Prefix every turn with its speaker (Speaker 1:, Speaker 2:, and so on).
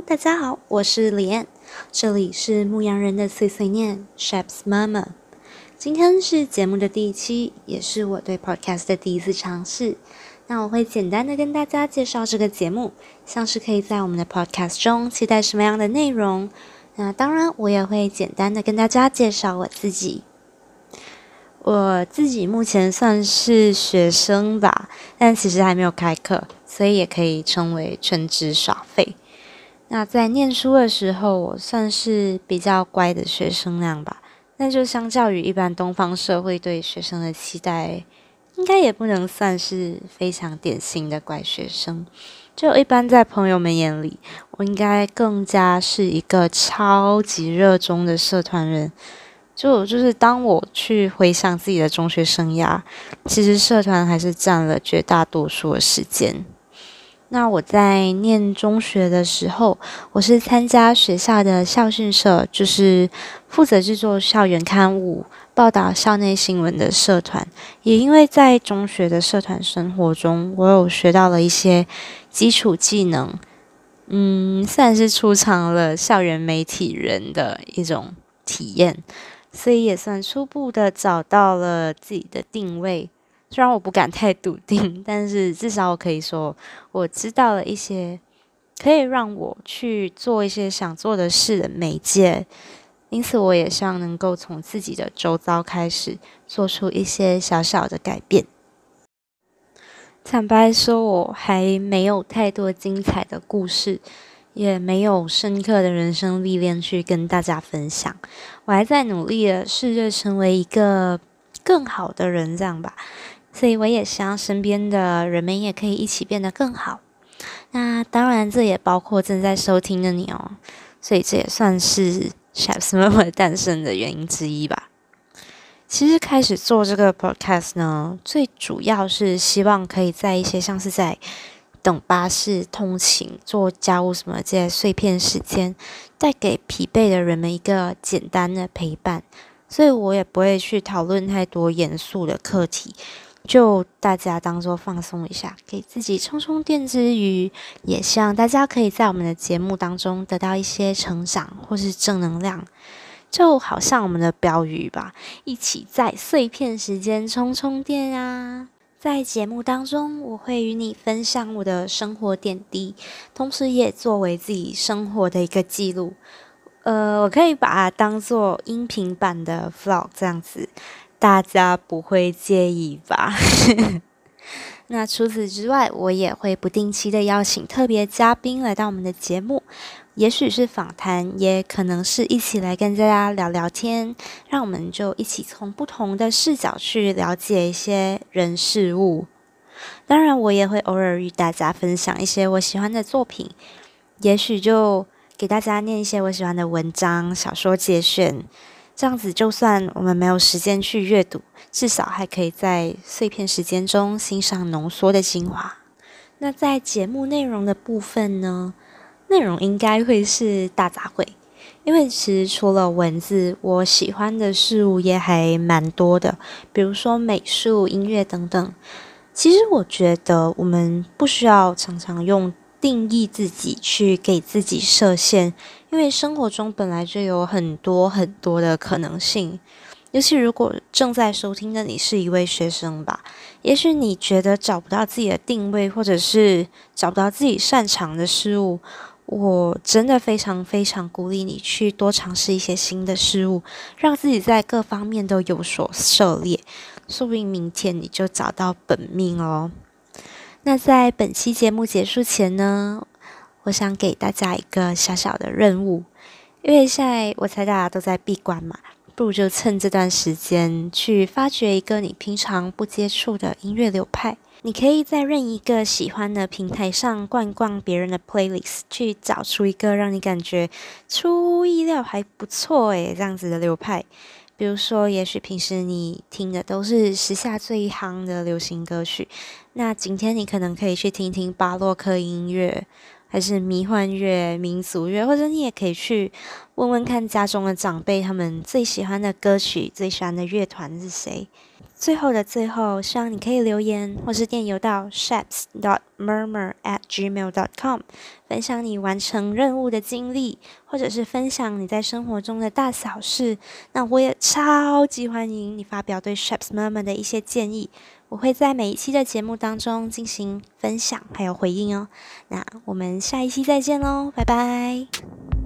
Speaker 1: 大家好，我是李安，这里是牧羊人的碎碎念 Shep's Mama。今天是节目的第一期，也是我对 podcast 的第一次尝试。那我会简单的跟大家介绍这个节目，像是可以在我们的 podcast 中期待什么样的内容。那当然，我也会简单的跟大家介绍我自己。我自己目前算是学生吧，但其实还没有开课，所以也可以称为全职耍废。那在念书的时候，我算是比较乖的学生那样吧。那就相较于一般东方社会对学生的期待，应该也不能算是非常典型的乖学生。就一般在朋友们眼里，我应该更加是一个超级热衷的社团人。就是当我去回想自己的中学生涯，其实社团还是占了绝大多数的时间。那我在念中学的时候，我是参加学校的校训社，就是负责制作校园刊物、报道校内新闻的社团。也因为在中学的社团生活中，我有学到了一些基础技能，算是出场了校园媒体人的一种体验。所以也算初步的找到了自己的定位，虽然我不敢太笃定，但是至少我可以说，我知道了一些可以让我去做一些想做的事的媒介，因此我也希望能够从自己的周遭开始，做出一些小小的改变。坦白说，我还没有太多精彩的故事，也没有深刻的人生历练去跟大家分享。我还在努力的试着成为一个更好的人，这样吧。所以我也希望身边的人们也可以一起变得更好。那当然，这也包括正在收听的你哦。所以这也算是 Shep's Mama 诞生的原因之一吧。其实开始做这个 podcast 呢，最主要是希望可以在一些像是在等巴士通勤、做家务什么这些碎片时间，带给疲惫的人们一个简单的陪伴。所以我也不会去讨论太多严肃的课题，就大家当做放松一下，给自己充充电之余，也希望大家可以在我们的节目当中得到一些成长或是正能量。就好像我们的标语吧，一起在碎片时间充充电啊！在节目当中，我会与你分享我的生活点滴，同时也作为自己生活的一个记录。我可以把它当做音频版的 vlog 这样子，大家不会介意吧？那除此之外，我也会不定期的邀请特别嘉宾来到我们的节目，也许是访谈，也可能是一起来跟大家聊聊天，让我们就一起从不同的视角去了解一些人事物。当然，我也会偶尔与大家分享一些我喜欢的作品，也许就给大家念一些我喜欢的文章、小说节选。这样子，就算我们没有时间去阅读，至少还可以在碎片时间中欣赏浓缩的精华。那在节目内容的部分呢，内容应该会是大杂烩，因为其实除了文字，我喜欢的事物也还蛮多的，比如说美术、音乐等等。其实我觉得我们不需要常常用定义自己去给自己设限，因为生活中本来就有很多很多的可能性。尤其如果正在收听的你是一位学生吧，也许你觉得找不到自己的定位，或者是找不到自己擅长的事物，我真的非常非常鼓励你去多尝试一些新的事物，让自己在各方面都有所涉猎，说不定明天你就找到本命哦。那在本期节目结束前呢，我想给大家一个小小的任务，因为现在我猜大家都在闭关嘛，不如就趁这段时间去发掘一个你平常不接触的音乐流派。你可以在任一个喜欢的平台上逛逛别人的 playlist， 去找出一个让你感觉出乎意料还不错这样子的流派。比如说，也许平时你听的都是时下最夯的流行歌曲，那今天你可能可以去听听巴洛克音乐， 还是迷幻乐、民俗乐，或者你也可以去问问看家中的长辈，他们最喜欢的歌曲、最喜欢的乐团是谁。最后的最后，希望你可以留言或是电邮到 shaps.murmur@gmail.com， 分享你完成任务的经历，或者是分享你在生活中的大小事。那我也超级欢迎你发表对 Shaps Murmur 的一些建议，我会在每一期的节目当中进行分享还有回应哦。那我们下一期再见喽，拜拜。